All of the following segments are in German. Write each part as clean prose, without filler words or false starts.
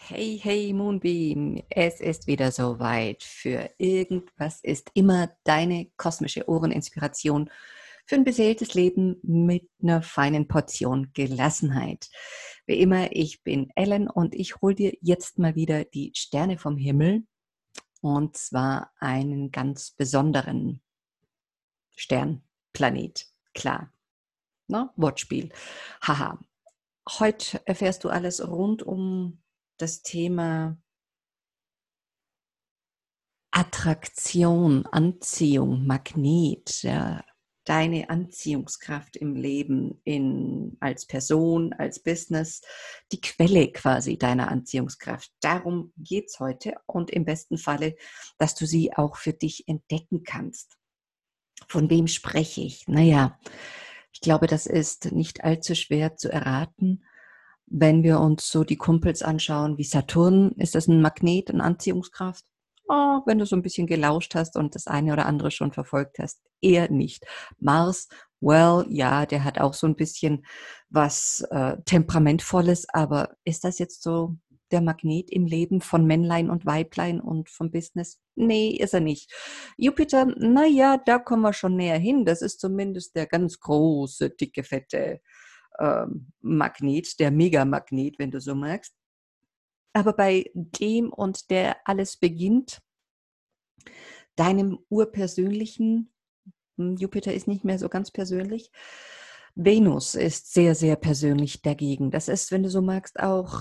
Hey, hey, Moonbeam, es ist wieder soweit. Für irgendwas ist immer deine kosmische Ohreninspiration für ein beseeltes Leben mit einer feinen Portion Gelassenheit. Wie immer, ich bin Ellen und ich hole dir jetzt mal wieder die Sterne vom Himmel und zwar einen ganz besonderen Sternplanet. Klar, ne? Wortspiel. Haha. Heute erfährst du alles rund um das Thema Attraktion, Anziehung, Magnet, ja, deine Anziehungskraft im Leben als Person, als Business, die Quelle quasi deiner Anziehungskraft. Darum geht's heute und im besten Falle, dass du sie auch für dich entdecken kannst. Von wem spreche ich? Naja, ich glaube, das ist nicht allzu schwer zu erraten. Wenn wir uns so die Kumpels anschauen wie Saturn, ist das ein Magnet, eine Anziehungskraft? Oh, wenn du so ein bisschen gelauscht hast und das eine oder andere schon verfolgt hast, eher nicht. Mars, well, ja, der hat auch so ein bisschen was Temperamentvolles, aber ist das jetzt so der Magnet im Leben von Männlein und Weiblein und vom Business? Nee, ist er nicht. Jupiter, naja, da kommen wir schon näher hin. Das ist zumindest der ganz große, dicke, fette Magnet, der Megamagnet, wenn du so magst. Aber bei dem und der alles beginnt, deinem urpersönlichen, Jupiter ist nicht mehr so ganz persönlich, Venus ist sehr, sehr persönlich dagegen. Das ist, wenn du so magst, auch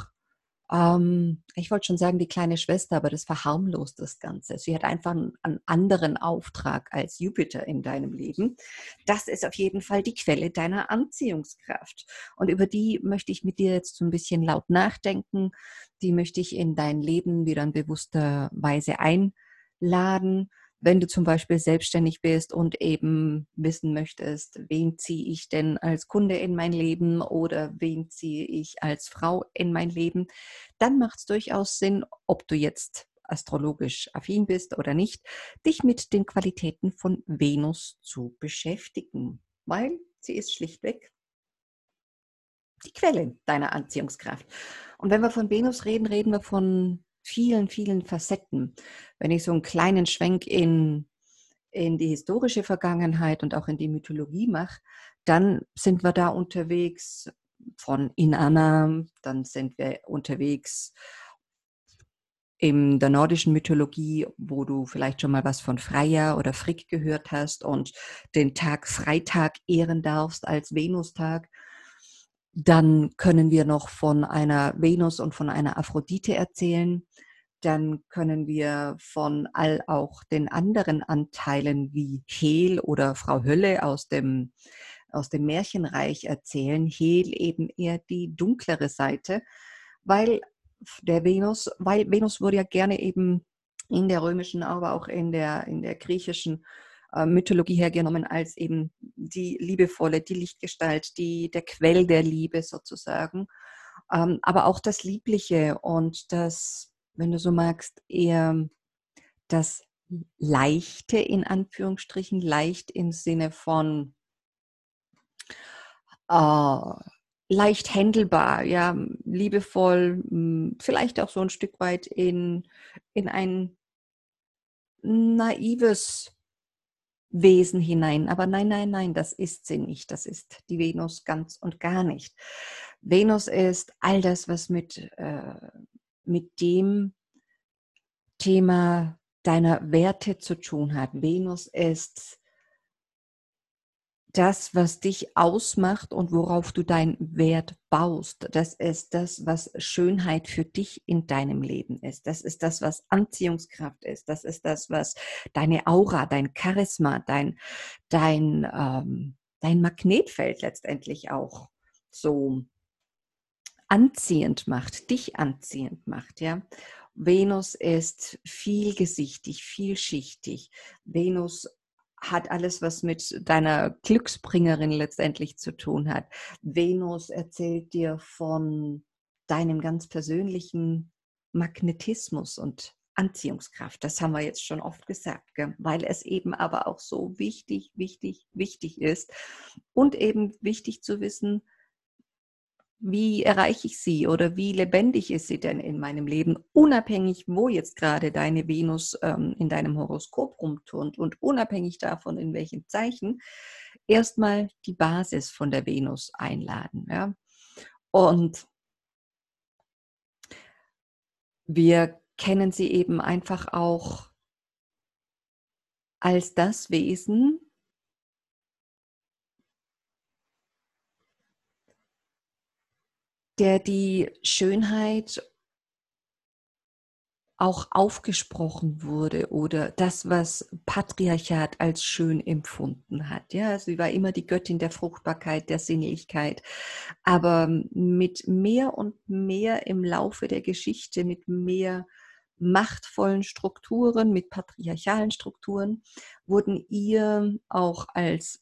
ich wollte schon sagen, die kleine Schwester, aber das verharmlost das Ganze. Sie hat einfach einen anderen Auftrag als Jupiter in deinem Leben. Das ist auf jeden Fall die Quelle deiner Anziehungskraft. Und über die möchte ich mit dir jetzt so ein bisschen laut nachdenken. Die möchte ich in dein Leben wieder in bewusster Weise einladen. Wenn du zum Beispiel selbstständig bist und eben wissen möchtest, wen ziehe ich denn als Kunde in mein Leben oder wen ziehe ich als Frau in mein Leben, dann macht es durchaus Sinn, ob du jetzt astrologisch affin bist oder nicht, dich mit den Qualitäten von Venus zu beschäftigen, weil sie ist schlichtweg die Quelle deiner Anziehungskraft. Und wenn wir von Venus reden, reden wir von vielen, vielen Facetten. Wenn ich so einen kleinen Schwenk in die historische Vergangenheit und auch in die Mythologie mache, dann sind wir da unterwegs von Inanna, dann sind wir unterwegs in der nordischen Mythologie, wo du vielleicht schon mal was von Freya oder Frigg gehört hast und den Tag Freitag ehren darfst als Venustag. Dann können wir noch von einer Venus und von einer Aphrodite erzählen. Dann können wir von all auch den anderen Anteilen wie Hel oder Frau Hölle aus dem Märchenreich erzählen. Hel eben eher die dunklere Seite, weil weil Venus wurde ja gerne eben in der römischen, aber auch in der griechischen Mythologie hergenommen als eben die liebevolle, die Lichtgestalt, der Quell der Liebe sozusagen. Aber auch das Liebliche und das, wenn du so magst, eher das Leichte in Anführungsstrichen, leicht im Sinne von äh, leicht händelbar, ja, liebevoll, vielleicht auch so ein Stück weit in ein naives Wesen hinein. Aber nein, nein, nein, das ist sie nicht. Das ist die Venus ganz und gar nicht. Venus ist all das, was mit dem Thema deiner Werte zu tun hat. Venus ist das, was dich ausmacht und worauf du deinen Wert baust. Das ist das, was Schönheit für dich in deinem Leben ist. Das ist das, was Anziehungskraft ist. Das ist das, was deine Aura, dein Charisma, dein Magnetfeld letztendlich auch so anziehend macht, dich anziehend macht, ja. Venus ist vielgesichtig, vielschichtig. Venus hat alles, was mit deiner Glücksbringerin letztendlich zu tun hat. Venus erzählt dir von deinem ganz persönlichen Magnetismus und Anziehungskraft. Das haben wir jetzt schon oft gesagt, gell? Weil es eben aber auch so wichtig, wichtig, wichtig ist und eben wichtig zu wissen, wie erreiche ich sie oder wie lebendig ist sie denn in meinem Leben, unabhängig, wo jetzt gerade deine Venus in deinem Horoskop rumturnt und unabhängig davon, in welchem Zeichen, erstmal die Basis von der Venus einladen. Ja? Und wir kennen sie eben einfach auch als das Wesen, der die Schönheit auch aufgesprochen wurde oder das, was Patriarchat als schön empfunden hat. Ja, sie war immer die Göttin der Fruchtbarkeit, der Sinnlichkeit, aber mit mehr und mehr im Laufe der Geschichte, mit mehr machtvollen Strukturen, mit patriarchalen Strukturen, wurden ihr auch als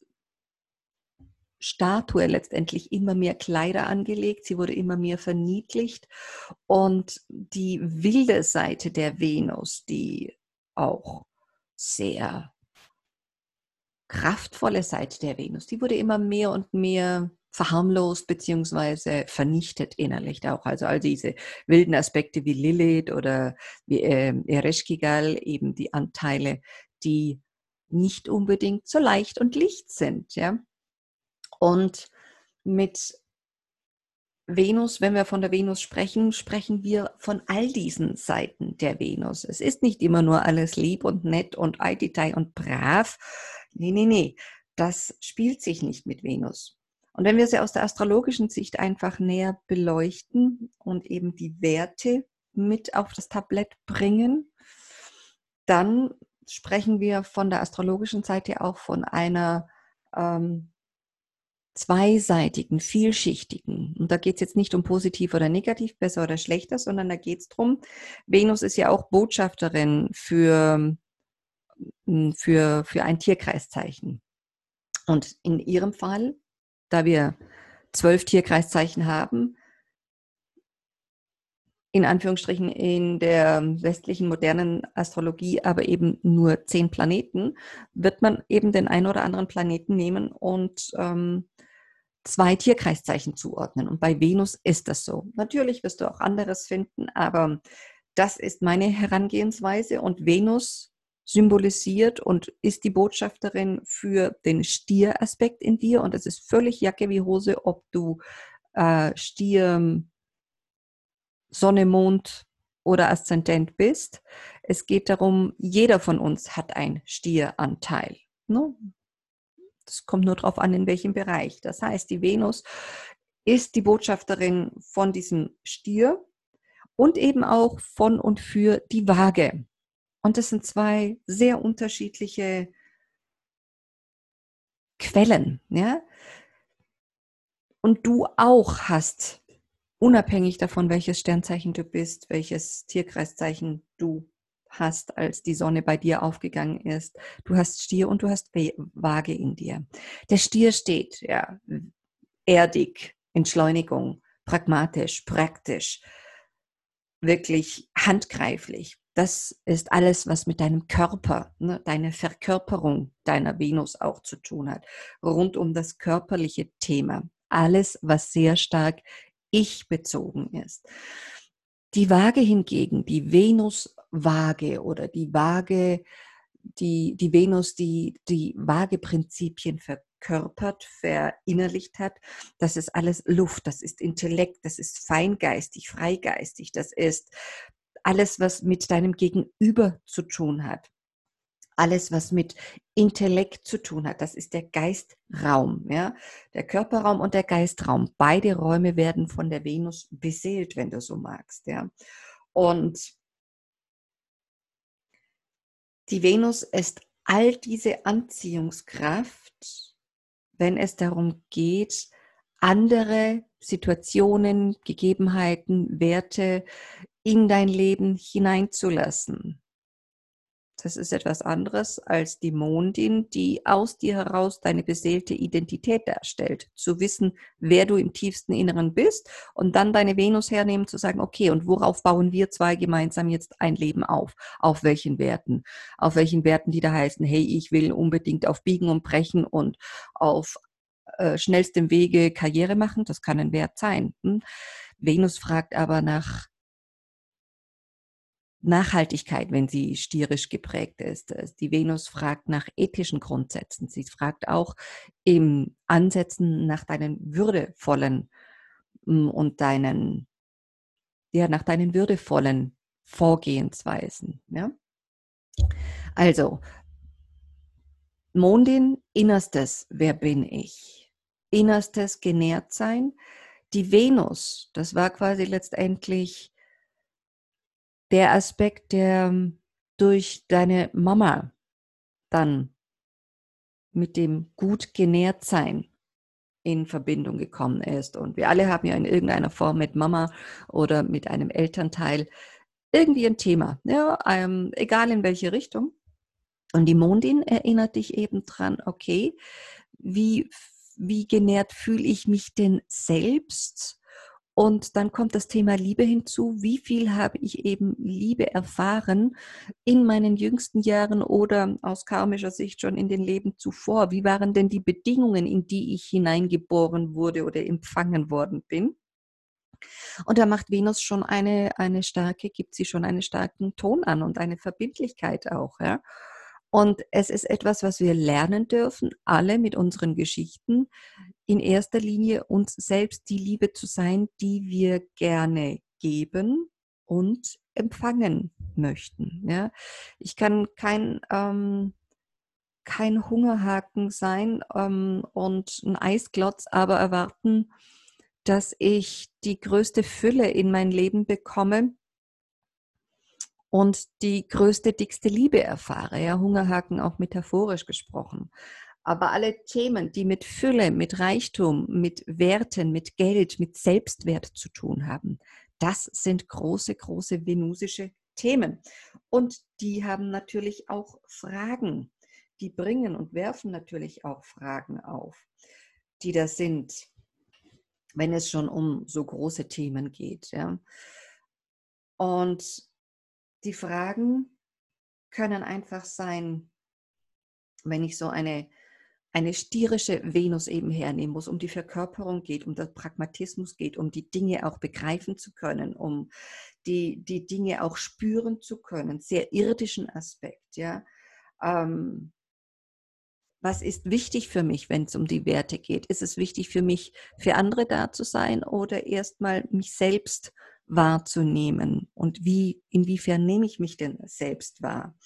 Statue letztendlich immer mehr Kleider angelegt, sie wurde immer mehr verniedlicht und die wilde Seite der Venus, die auch sehr kraftvolle Seite der Venus, die wurde immer mehr und mehr verharmlost bzw. vernichtet innerlich auch. Also all diese wilden Aspekte wie Lilith oder wie Ereshkigal, eben die Anteile, die nicht unbedingt so leicht und licht sind, ja. Und mit Venus, wenn wir von der Venus sprechen, sprechen wir von all diesen Seiten der Venus. Es ist nicht immer nur alles lieb und nett und Aititei und brav. Nee, nee, nee. Das spielt sich nicht mit Venus. Und wenn wir sie aus der astrologischen Sicht einfach näher beleuchten und eben die Werte mit auf das Tablett bringen, dann sprechen wir von der astrologischen Seite auch von einer zweiseitigen, vielschichtigen. Und da geht es jetzt nicht um positiv oder negativ, besser oder schlechter, sondern da geht es darum, Venus ist ja auch Botschafterin für ein Tierkreiszeichen. Und in ihrem Fall, da wir 12 Tierkreiszeichen haben, in Anführungsstrichen in der westlichen modernen Astrologie aber eben nur 10 Planeten, wird man eben den einen oder anderen Planeten nehmen und 2 Tierkreiszeichen zuordnen. Und bei Venus ist das so. Natürlich wirst du auch anderes finden, aber das ist meine Herangehensweise. Und Venus symbolisiert und ist die Botschafterin für den Stieraspekt in dir. Und es ist völlig Jacke wie Hose, ob du Stier, Sonne, Mond oder Aszendent bist. Es geht darum, jeder von uns hat einen Stieranteil. Ne? Das kommt nur darauf an, in welchem Bereich. Das heißt, die Venus ist die Botschafterin von diesem Stier und eben auch von und für die Waage. Und das sind 2 sehr unterschiedliche Quellen. Ja? Und du auch hast, unabhängig davon, welches Sternzeichen du bist, welches Tierkreiszeichen du hast, als die Sonne bei dir aufgegangen ist. Du hast Stier und du hast Waage in dir. Der Stier steht, ja, erdig, Entschleunigung, pragmatisch, praktisch, wirklich handgreiflich. Das ist alles, was mit deinem Körper, ne, deine Verkörperung deiner Venus auch zu tun hat. Rund um das körperliche Thema. Alles, was sehr stark ich-bezogen ist. Die Waage hingegen, die Venus-Waage oder die Waage, die Venus, die Waage-Prinzipien verkörpert, verinnerlicht hat, das ist alles Luft, das ist Intellekt, das ist feingeistig, freigeistig, das ist alles, was mit deinem Gegenüber zu tun hat. Alles, was mit Intellekt zu tun hat, das ist der Geistraum. Ja? Der Körperraum und der Geistraum. Beide Räume werden von der Venus beseelt, wenn du so magst. Ja? Und die Venus ist all diese Anziehungskraft, wenn es darum geht, andere Situationen, Gegebenheiten, Werte in dein Leben hineinzulassen. Das ist etwas anderes als die Mondin, die aus dir heraus deine beseelte Identität darstellt. Zu wissen, wer du im tiefsten Inneren bist und dann deine Venus hernehmen, zu sagen, okay, und worauf bauen wir 2 gemeinsam jetzt ein Leben auf? Auf welchen Werten? Auf welchen Werten, die da heißen, hey, ich will unbedingt auf Biegen und Brechen und auf schnellstem Wege Karriere machen, das kann ein Wert sein. Venus fragt aber nach Nachhaltigkeit, wenn sie stierisch geprägt ist. Die Venus fragt nach ethischen Grundsätzen. Sie fragt auch im Ansätzen nach deinen würdevollen und nach deinen würdevollen Vorgehensweisen. Ja? Also, Mondin, Innerstes, wer bin ich? Innerstes genährt sein. Die Venus, das war quasi letztendlich der Aspekt, der durch deine Mama dann mit dem gut genährt sein in Verbindung gekommen ist. Und wir alle haben ja in irgendeiner Form mit Mama oder mit einem Elternteil irgendwie ein Thema, ja, egal in welche Richtung. Und die Mondin erinnert dich eben dran, okay, wie, wie genährt fühle ich mich denn selbst? Und dann kommt das Thema Liebe hinzu. Wie viel habe ich eben Liebe erfahren in meinen jüngsten Jahren oder aus karmischer Sicht schon in den Leben zuvor? Wie waren denn die Bedingungen, in die ich hineingeboren wurde oder empfangen worden bin? Und da macht Venus schon gibt sie schon einen starken Ton an und eine Verbindlichkeit auch, ja. Und es ist etwas, was wir lernen dürfen, alle mit unseren Geschichten, in erster Linie uns selbst die Liebe zu sein, die wir gerne geben und empfangen möchten. Ja. Ich kann kein Hungerhaken sein und ein Eisklotz, aber erwarten, dass ich die größte Fülle in mein Leben bekomme und die größte, dickste Liebe erfahre. Ja, Hungerhaken auch metaphorisch gesprochen. Aber alle Themen, die mit Fülle, mit Reichtum, mit Werten, mit Geld, mit Selbstwert zu tun haben, das sind große, große venusische Themen. Und die haben natürlich auch Fragen. Die bringen und werfen natürlich auch Fragen auf, die da sind, wenn es schon um so große Themen geht. Ja. Und die Fragen können einfach sein, wenn ich so eine stierische Venus eben hernehmen, wo es um die Verkörperung geht, um den Pragmatismus geht, um die Dinge auch begreifen zu können, um die Dinge auch spüren zu können, sehr irdischen Aspekt. Ja. Was ist wichtig für mich, wenn es um die Werte geht? Ist es wichtig für mich, für andere da zu sein oder erstmal mich selbst wahrzunehmen? Und inwiefern nehme ich mich denn selbst wahr?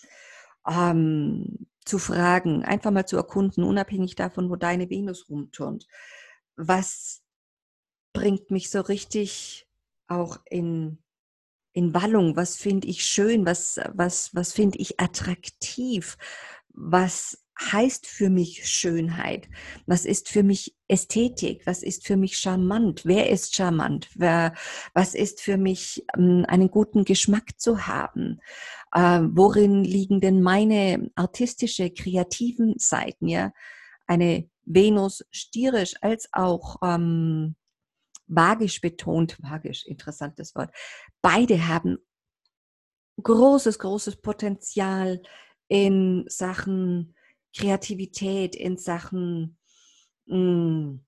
Zu fragen, einfach mal zu erkunden, unabhängig davon, wo deine Venus rumturnt. Was bringt mich so richtig auch in Wallung? Was finde ich schön? Was finde ich attraktiv? Was heißt für mich Schönheit? Was ist für mich Ästhetik? Was ist für mich charmant? Wer ist charmant? Was ist für mich, einen guten Geschmack zu haben? Worin liegen denn meine artistische, kreativen Seiten? Ja, eine Venus stierisch als auch magisch betont, magisch, interessantes Wort. Beide haben großes, großes Potenzial in Sachen Kreativität, in Sachen mh,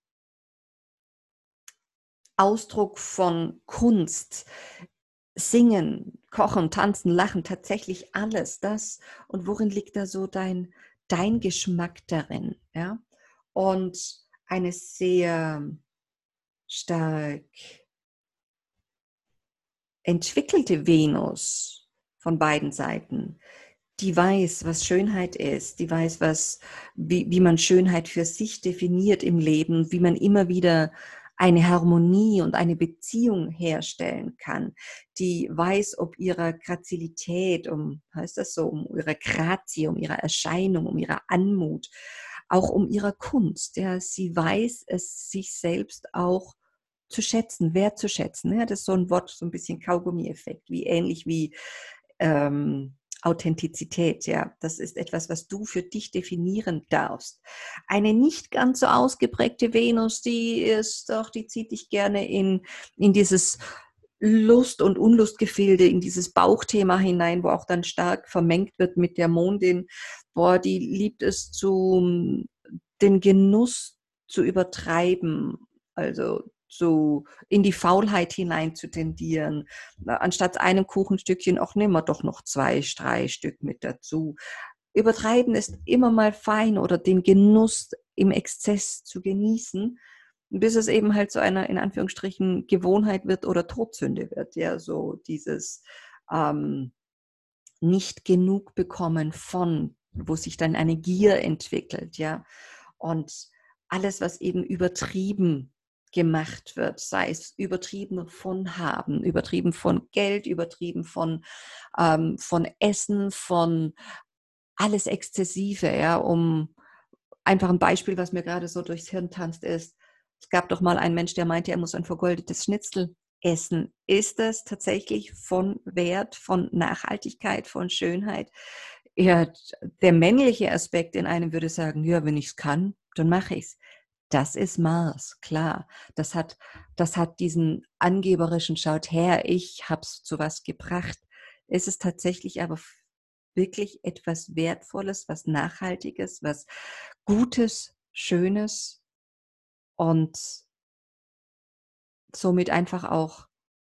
Ausdruck von Kunst, Singen, Kochen, Tanzen, Lachen, tatsächlich alles das. Und worin liegt da so dein Geschmack darin? Ja? Und eine sehr stark entwickelte Venus von beiden Seiten, die weiß, was Schönheit ist, die weiß, wie man Schönheit für sich definiert im Leben, wie man immer wieder eine Harmonie und eine Beziehung herstellen kann, die weiß, ob ihrer Grazilität, heißt das so, um ihre Grazie, um ihre Erscheinung, um ihre Anmut, auch um ihre Kunst. Ja, sie weiß es sich selbst auch zu schätzen, wertzuschätzen. Ja, das ist so ein Wort, so ein bisschen Kaugummi-Effekt, wie ähnlich wie Authentizität, ja, das ist etwas, was du für dich definieren darfst. Eine nicht ganz so ausgeprägte Venus, die zieht dich gerne in dieses Lust- und Unlustgefilde, in dieses Bauchthema hinein, wo auch dann stark vermengt wird mit der Mondin. Boah, die liebt es den Genuss zu übertreiben, also in die Faulheit hinein zu tendieren, anstatt einem Kuchenstückchen auch nehmen wir doch noch 2, 3 Stück mit dazu. Übertreiben ist immer mal fein oder den Genuss im Exzess zu genießen, bis es eben halt so einer, in Anführungsstrichen, Gewohnheit wird oder Todsünde wird. Ja, so dieses nicht genug bekommen von, wo sich dann eine Gier entwickelt, ja. Und alles, was eben übertrieben gemacht wird, sei es übertrieben von Haben, übertrieben von Geld, übertrieben von Essen, von alles Exzessive, ja, einfach ein Beispiel, was mir gerade so durchs Hirn tanzt, ist, es gab doch mal einen Mensch, der meinte, er muss ein vergoldetes Schnitzel essen. Ist das tatsächlich von Wert, von Nachhaltigkeit, von Schönheit? Ja, der männliche Aspekt in einem würde sagen, ja, wenn ich es kann, dann mache ich es. Das ist Mars, klar. Das hat diesen angeberischen Schaut her, ich habe es zu was gebracht. Es ist tatsächlich aber wirklich etwas Wertvolles, was Nachhaltiges, was Gutes, Schönes und somit einfach auch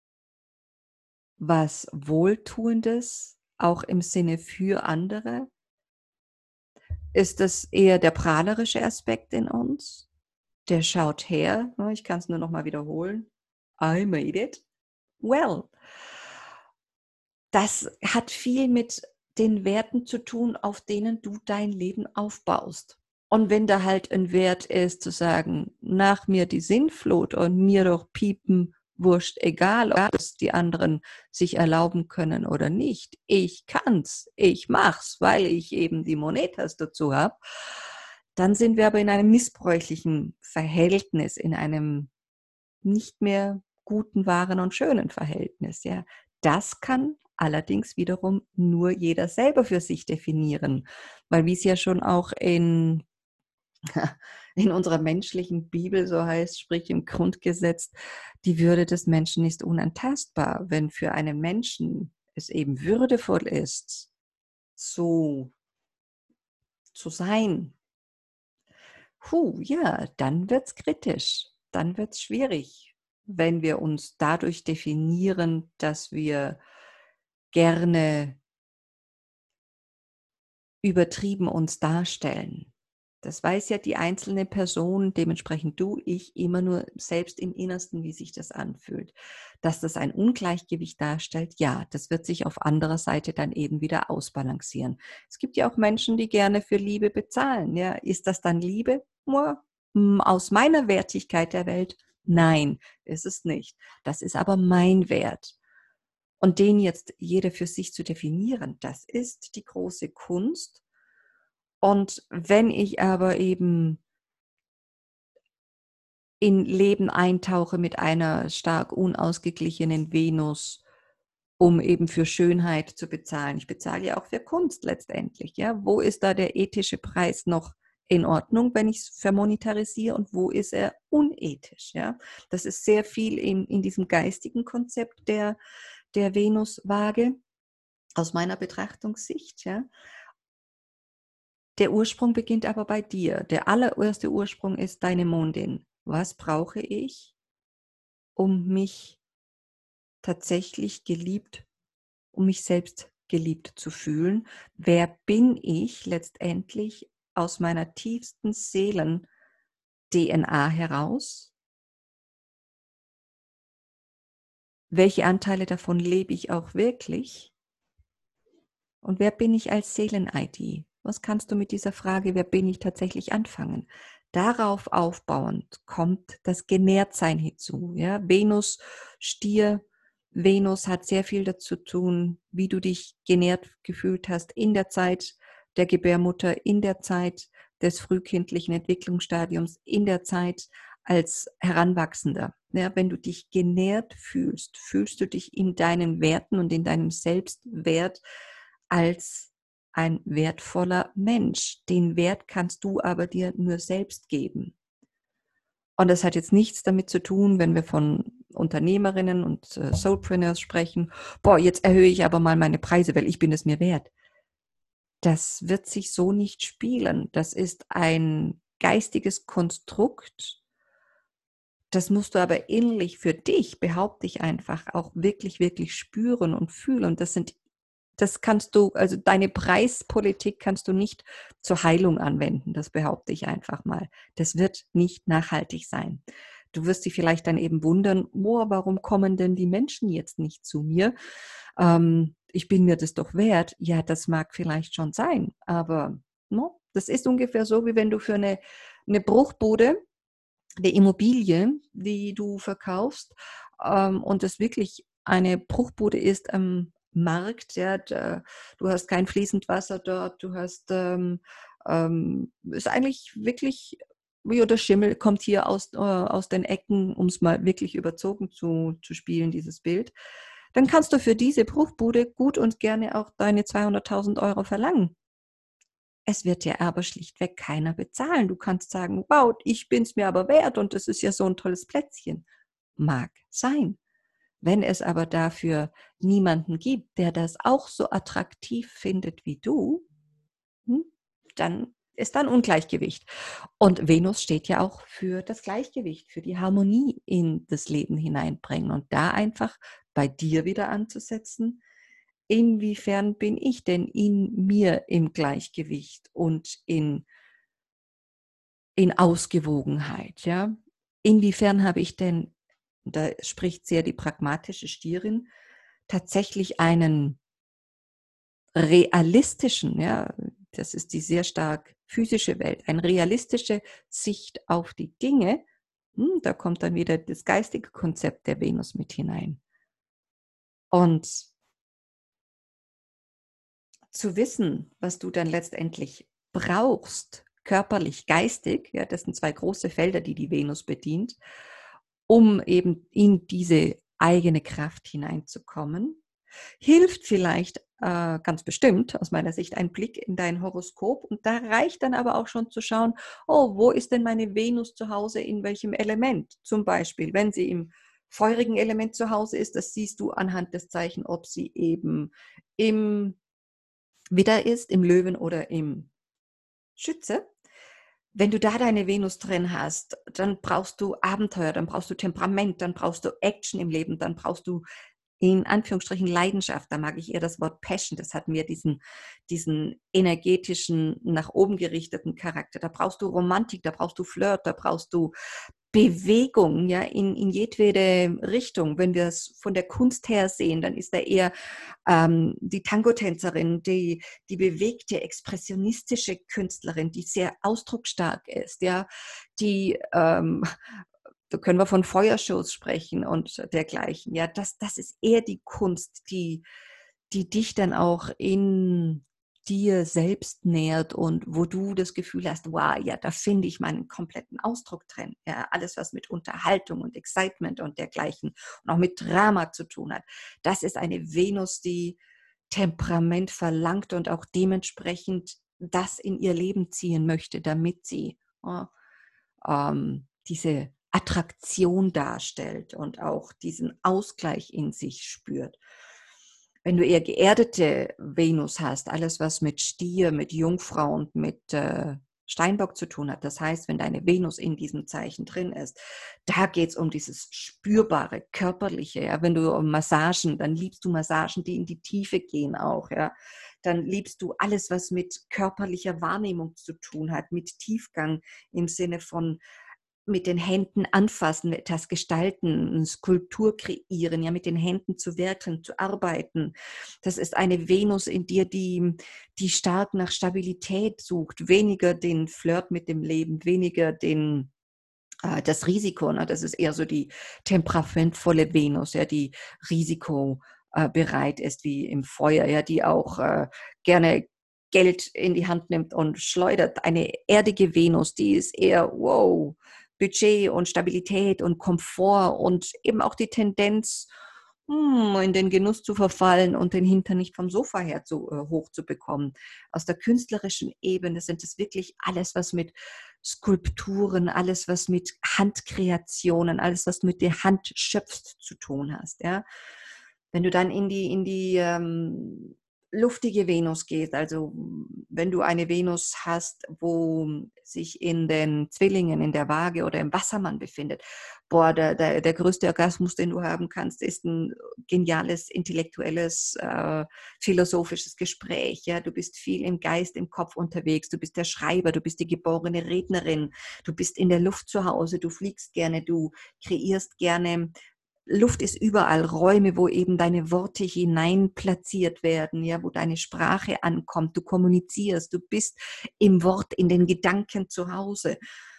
was Wohltuendes, auch im Sinne für andere. Ist das eher der prahlerische Aspekt in uns? Der schaut her, ich kann es nur noch mal wiederholen. I made it. Well, das hat viel mit den Werten zu tun, auf denen du dein Leben aufbaust. Und wenn da halt ein Wert ist, zu sagen, nach mir die Sintflut und mir doch piepen, wurscht, egal, ob es die anderen sich erlauben können oder nicht. Ich kann's, ich mach's, weil ich eben die Monetas dazu habe. Dann sind wir aber in einem missbräuchlichen Verhältnis, in einem nicht mehr guten, wahren und schönen Verhältnis. Ja. Das kann allerdings wiederum nur jeder selber für sich definieren, weil wie es ja schon auch in unserer menschlichen Bibel so heißt, sprich im Grundgesetz, die Würde des Menschen ist unantastbar. Wenn für einen Menschen es eben würdevoll ist, so zu sein, ja, dann wird's kritisch, dann wird's schwierig, wenn wir uns dadurch definieren, dass wir gerne übertrieben uns darstellen. Das weiß ja die einzelne Person, dementsprechend du, ich, immer nur selbst im Innersten, wie sich das anfühlt. Dass das ein Ungleichgewicht darstellt, ja, das wird sich auf anderer Seite dann eben wieder ausbalancieren. Es gibt ja auch Menschen, die gerne für Liebe bezahlen. Ja, ist das dann Liebe? Aus meiner Wertigkeit der Welt? Nein, ist es nicht. Das ist aber mein Wert. Und den jetzt jeder für sich zu definieren, das ist die große Kunst. Und wenn ich aber eben in Leben eintauche mit einer stark unausgeglichenen Venus, um eben für Schönheit zu bezahlen. Ich bezahle ja auch für Kunst letztendlich. Ja? Wo ist da der ethische Preis noch in Ordnung, wenn ich es vermonetarisiere, und wo ist er unethisch? Ja? Das ist sehr viel in diesem geistigen Konzept der Venus-Waage aus meiner Betrachtungssicht. Ja? Der Ursprung beginnt aber bei dir. Der allererste Ursprung ist deine Mondin. Was brauche ich, um mich tatsächlich geliebt, um mich selbst geliebt zu fühlen? Wer bin ich letztendlich aus meiner tiefsten Seelen-DNA heraus? Welche Anteile davon lebe ich auch wirklich? Und wer bin ich als Seelen-ID? Was kannst du mit dieser Frage, wer bin ich, tatsächlich anfangen? Darauf aufbauend kommt das Genährtsein hinzu. Ja? Venus, Stier, Venus hat sehr viel dazu tun, wie du dich genährt gefühlt hast in der Zeit der Gebärmutter, in der Zeit des frühkindlichen Entwicklungsstadiums, in der Zeit als Heranwachsender. Ja, wenn du dich genährt fühlst, fühlst du dich in deinen Werten und in deinem Selbstwert als ein wertvoller Mensch. Den Wert kannst du aber dir nur selbst geben. Und das hat jetzt nichts damit zu tun, wenn wir von Unternehmerinnen und Soulpreneurs sprechen, boah, jetzt erhöhe ich aber mal meine Preise, weil ich bin es mir wert. Das wird sich so nicht spielen. Das ist ein geistiges Konstrukt. Das musst du aber innerlich für dich, behaupte ich einfach, auch wirklich, wirklich spüren und fühlen. Und das kannst du, also deine Preispolitik kannst du nicht zur Heilung anwenden. Das behaupte ich einfach mal. Das wird nicht nachhaltig sein. Du wirst dich vielleicht dann eben wundern, warum kommen denn die Menschen jetzt nicht zu mir? Ich bin mir das doch wert. Ja, das mag vielleicht schon sein, aber no, das ist ungefähr so, wie wenn du für eine Bruchbude, eine Immobilie, die du verkaufst, und es wirklich eine Bruchbude ist am Markt, ja, du hast kein fließend Wasser dort, du hast, ist eigentlich wirklich, wie oder Schimmel kommt hier aus den Ecken, um es mal wirklich überzogen zu spielen, dieses Bild. Dann kannst du für diese Bruchbude gut und gerne auch deine 200.000 Euro verlangen. Es wird dir aber schlichtweg keiner bezahlen. Du kannst sagen, wow, ich bin's mir aber wert und das ist ja so ein tolles Plätzchen. Mag sein. Wenn es aber dafür niemanden gibt, der das auch so attraktiv findet wie du, hm, dann ist da ein Ungleichgewicht. Und Venus steht ja auch für das Gleichgewicht, für die Harmonie in das Leben hineinbringen und da einfach bei dir wieder anzusetzen. Inwiefern bin ich denn in mir im Gleichgewicht und in Ausgewogenheit, ja? Inwiefern habe ich denn, da spricht sehr die pragmatische Stierin, tatsächlich einen realistischen, ja, das ist die sehr stark physische Welt, eine realistische Sicht auf die Dinge, da kommt dann wieder das geistige Konzept der Venus mit hinein. Und zu wissen, was du dann letztendlich brauchst, körperlich, geistig, ja, das sind zwei große Felder, die die Venus bedient, um eben in diese eigene Kraft hineinzukommen, hilft vielleicht ganz bestimmt aus meiner Sicht ein Blick in dein Horoskop und da reicht dann aber auch schon zu schauen, oh, wo ist denn meine Venus zu Hause, in welchem Element? Zum Beispiel, wenn sie im feurigen Element zu Hause ist, das siehst du anhand des Zeichen, ob sie eben im Widder ist, im Löwen oder im Schütze. Wenn du da deine Venus drin hast, dann brauchst du Abenteuer, dann brauchst du Temperament, dann brauchst du Action im Leben, dann brauchst du in Anführungsstrichen Leidenschaft, da mag ich eher das Wort Passion, das hat mir diesen energetischen, nach oben gerichteten Charakter. Da brauchst du Romantik, da brauchst du Flirt, da brauchst du Bewegung, ja, in jedwede Richtung. Wenn wir es von der Kunst her sehen, dann ist da eher die Tango-Tänzerin, die bewegte, expressionistische Künstlerin, die sehr ausdrucksstark ist, ja, die da können wir von Feuershows sprechen und dergleichen. Ja, das ist eher die Kunst, die dich dann auch in dir selbst nährt und wo du das Gefühl hast, wow, ja, da finde ich meinen kompletten Ausdruck drin. Ja, alles, was mit Unterhaltung und Excitement und dergleichen und auch mit Drama zu tun hat. Das ist eine Venus, die Temperament verlangt und auch dementsprechend das in ihr Leben ziehen möchte, damit sie diese Attraktion darstellt und auch diesen Ausgleich in sich spürt. Wenn du eher geerdete Venus hast, alles was mit Stier, mit Jungfrau und mit Steinbock zu tun hat, das heißt, wenn deine Venus in diesem Zeichen drin ist, da geht es um dieses spürbare, körperliche. Ja? Wenn du Massagen, dann liebst du Massagen, die in die Tiefe gehen auch. Ja? Dann liebst du alles, was mit körperlicher Wahrnehmung zu tun hat, mit Tiefgang im Sinne von mit den Händen anfassen, etwas gestalten, eine Skulptur kreieren, ja, mit den Händen zu wirken, zu arbeiten. Das ist eine Venus in dir, die stark nach Stabilität sucht, weniger den Flirt mit dem Leben, weniger das Risiko. Ne? Das ist eher so die temperamentvolle Venus, ja, die risikobereit ist, wie im Feuer, ja, die auch gerne Geld in die Hand nimmt und schleudert. Eine erdige Venus, die ist eher, wow, Budget und Stabilität und Komfort und eben auch die Tendenz, in den Genuss zu verfallen und den Hintern nicht vom Sofa her hoch zu bekommen. Aus der künstlerischen Ebene sind es wirklich alles, was mit Skulpturen, alles, was mit Handkreationen, alles, was mit der Hand schöpfst, zu tun hast. Ja? Wenn du dann in die luftige Venus geht, also wenn du eine Venus hast, wo sich in den Zwillingen, in der Waage oder im Wassermann befindet, boah, der größte Orgasmus, den du haben kannst, ist ein geniales, intellektuelles, philosophisches Gespräch. Ja? Du bist viel im Geist, im Kopf unterwegs, du bist der Schreiber, du bist die geborene Rednerin, du bist in der Luft zu Hause, du fliegst gerne, du kreierst gerne. Luft ist überall, Räume, wo eben deine Worte hinein platziert werden, ja, wo deine Sprache ankommt, du kommunizierst, du bist im Wort, in den Gedanken zu Hause.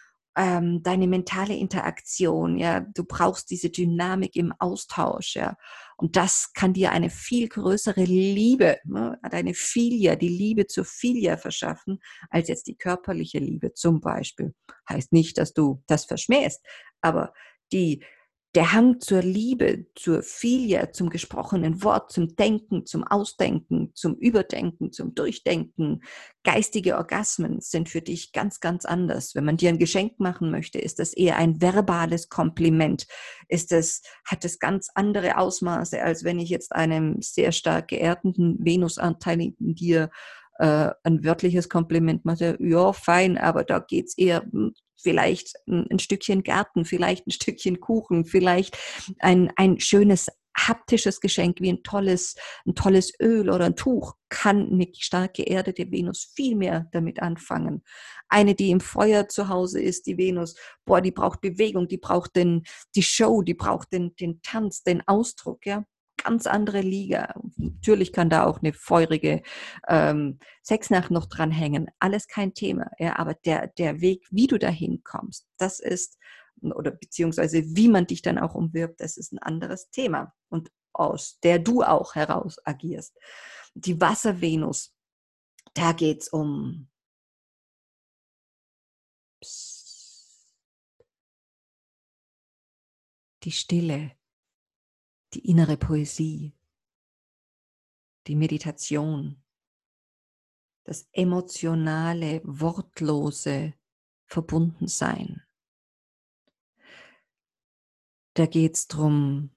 Deine mentale Interaktion, ja, du brauchst diese Dynamik im Austausch, ja, und das kann dir eine viel größere Liebe, ne, deine Philia, die Liebe zur Philia verschaffen, als jetzt die körperliche Liebe zum Beispiel. Heißt nicht, dass du das verschmähst, aber der Hang zur Liebe, zur Philia, zum gesprochenen Wort, zum Denken, zum Ausdenken, zum Überdenken, zum Durchdenken, geistige Orgasmen sind für dich ganz, ganz anders. Wenn man dir ein Geschenk machen möchte, ist das eher ein verbales Kompliment. Hat es ganz andere Ausmaße, als wenn ich jetzt einem sehr stark geerdeten Venusanteil in dir ein wörtliches Kompliment mache. Ja, fein, aber da geht's eher vielleicht ein Stückchen Garten, vielleicht ein Stückchen Kuchen, vielleicht ein schönes haptisches Geschenk wie ein tolles Öl oder ein Tuch, kann eine stark geerdete Venus viel mehr damit anfangen. Eine, die im Feuer zu Hause ist, die Venus, boah, die braucht Bewegung, die braucht die Show, die braucht den Tanz, den Ausdruck, ja. Ganz andere Liga. Natürlich kann da auch eine feurige Sexnacht noch dranhängen. Alles kein Thema. Ja, aber der Weg, wie du dahin kommst, das ist, oder beziehungsweise wie man dich dann auch umwirbt, das ist ein anderes Thema. Und aus der du auch heraus agierst. Die Wasservenus, da geht es um die Stille, die innere Poesie, die Meditation, das emotionale, wortlose Verbundensein. Da geht es darum,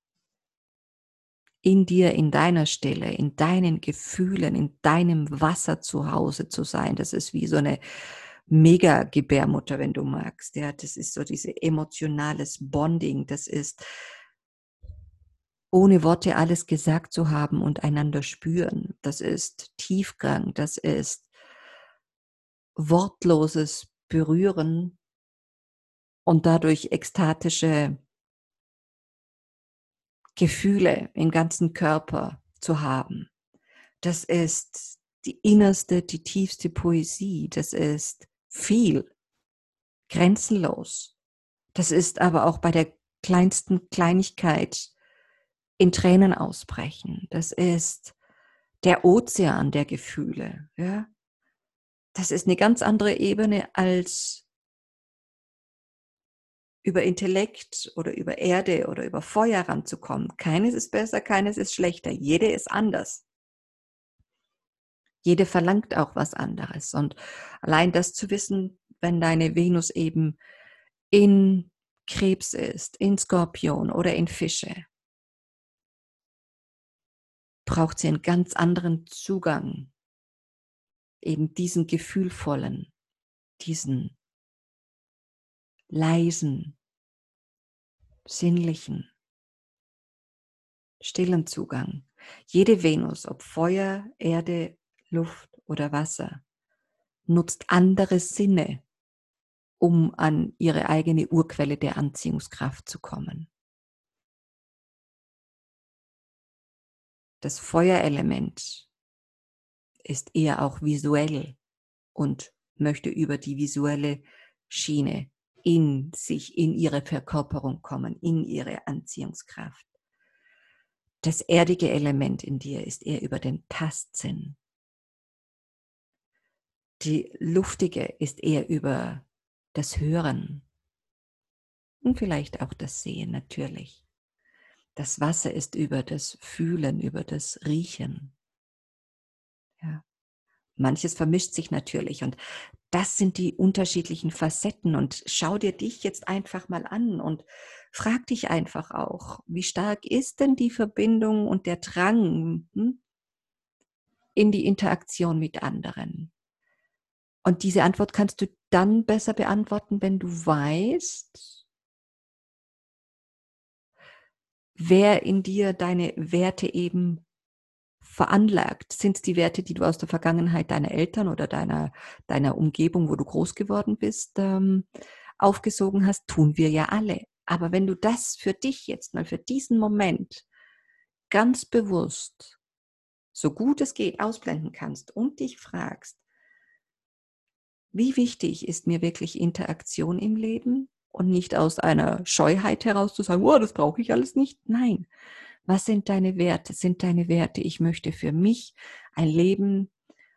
in dir, in deiner Stille, in deinen Gefühlen, in deinem Wasser zu Hause zu sein. Das ist wie so eine Mega-Gebärmutter, wenn du magst. Ja, das ist so dieses emotionales Bonding. Das ist ohne Worte alles gesagt zu haben und einander spüren. Das ist Tiefgang. Das ist wortloses Berühren und dadurch ekstatische Gefühle im ganzen Körper zu haben. Das ist die innerste, die tiefste Poesie. Das ist viel, grenzenlos. Das ist aber auch bei der kleinsten Kleinigkeit in Tränen ausbrechen. Das ist der Ozean der Gefühle. Ja? Das ist eine ganz andere Ebene als über Intellekt oder über Erde oder über Feuer ranzukommen. Keines ist besser, keines ist schlechter. Jede ist anders. Jede verlangt auch was anderes. Und allein das zu wissen, wenn deine Venus eben in Krebs ist, in Skorpion oder in Fische, braucht sie einen ganz anderen Zugang, eben diesen gefühlvollen, diesen leisen, sinnlichen, stillen Zugang. Jede Venus, ob Feuer, Erde, Luft oder Wasser, nutzt andere Sinne, um an ihre eigene Urquelle der Anziehungskraft zu kommen. Das Feuerelement ist eher auch visuell und möchte über die visuelle Schiene in ihre Verkörperung kommen, in ihre Anziehungskraft. Das erdige Element in dir ist eher über den Tastsinn. Die luftige ist eher über das Hören und vielleicht auch das Sehen natürlich. Das Wasser ist über das Fühlen, über das Riechen. Ja. Manches vermischt sich natürlich und das sind die unterschiedlichen Facetten und schau dir dich jetzt einfach mal an und frag dich einfach auch, wie stark ist denn die Verbindung und der Drang in die Interaktion mit anderen? Und diese Antwort kannst du dann besser beantworten, wenn du weißt, wer in dir deine Werte eben veranlagt. Sind es die Werte, die du aus der Vergangenheit deiner Eltern oder deiner Umgebung, wo du groß geworden bist, aufgesogen hast? Tun wir ja alle. Aber wenn du das für dich jetzt mal, für diesen Moment ganz bewusst, so gut es geht, ausblenden kannst und dich fragst, wie wichtig ist mir wirklich Interaktion im Leben und nicht aus einer Scheuheit heraus zu sagen, oh, das brauche ich alles nicht. Nein, was sind deine Werte? Sind deine Werte, ich möchte für mich ein Leben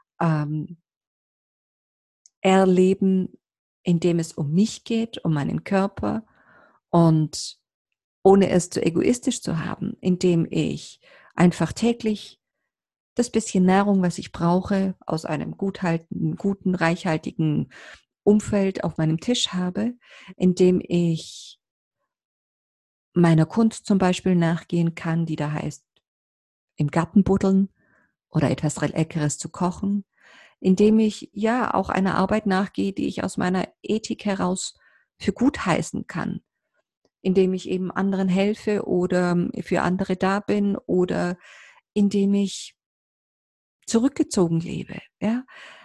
erleben, in dem es um mich geht, um meinen Körper und ohne es zu egoistisch zu haben, indem ich einfach täglich das bisschen Nahrung, was ich brauche, aus einem guten, reichhaltigen Umfeld auf meinem Tisch habe, indem ich meiner Kunst zum Beispiel nachgehen kann, die da heißt, im Garten buddeln oder etwas Leckeres zu kochen, indem ich ja auch einer Arbeit nachgehe, die ich aus meiner Ethik heraus für gut heißen kann, indem ich eben anderen helfe oder für andere da bin oder indem ich zurückgezogen lebe, ja,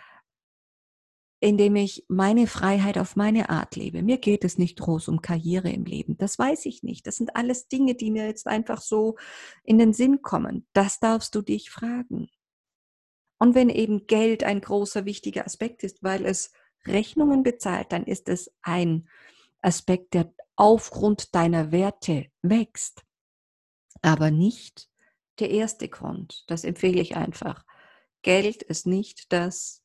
indem ich meine Freiheit auf meine Art lebe. Mir geht es nicht groß um Karriere im Leben, das weiß ich nicht. Das sind alles Dinge, die mir jetzt einfach so in den Sinn kommen. Das darfst du dich fragen. Und wenn eben Geld ein großer, wichtiger Aspekt ist, weil es Rechnungen bezahlt, dann ist es ein Aspekt, der aufgrund deiner Werte wächst. Aber nicht der erste Grund. Das empfehle ich einfach. Geld ist nicht das,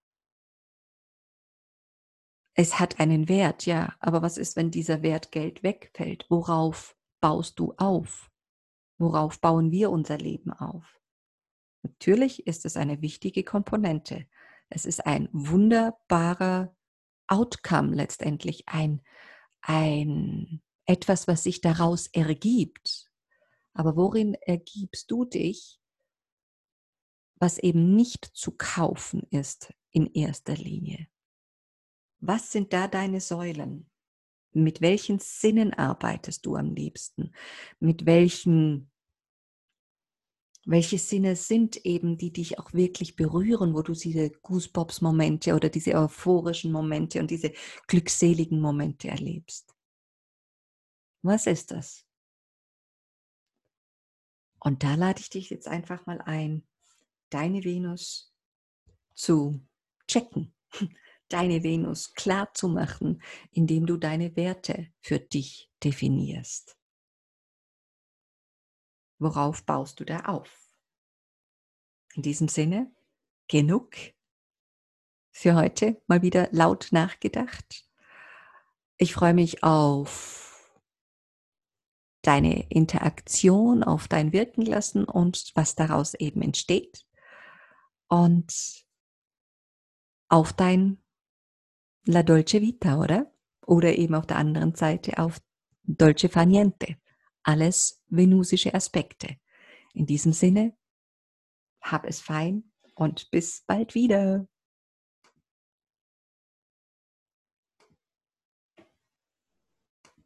es hat einen Wert, ja. Aber was ist, wenn dieser Wert Geld wegfällt? Worauf baust du auf? Worauf bauen wir unser Leben auf? Natürlich ist es eine wichtige Komponente. Es ist ein wunderbarer Outcome letztendlich, ein etwas, was sich daraus ergibt. Aber worin ergibst du dich, was eben nicht zu kaufen ist in erster Linie? Was sind da deine Säulen? Mit welchen Sinnen arbeitest du am liebsten? Welche Sinne sind eben, die dich auch wirklich berühren, wo du diese Goosebumps-Momente oder diese euphorischen Momente und diese glückseligen Momente erlebst? Was ist das? Und da lade ich dich jetzt einfach mal ein, deine Venus zu checken, deine Venus klar zu machen, indem du deine Werte für dich definierst. Worauf baust du da auf? In diesem Sinne, genug für heute, mal wieder laut nachgedacht. Ich freue mich auf deine Interaktion, auf dein Wirken lassen und was daraus eben entsteht und auf dein La Dolce Vita, oder? Oder eben auf der anderen Seite auf Dolce Far Niente. Alles venusische Aspekte. In diesem Sinne, hab es fein und bis bald wieder.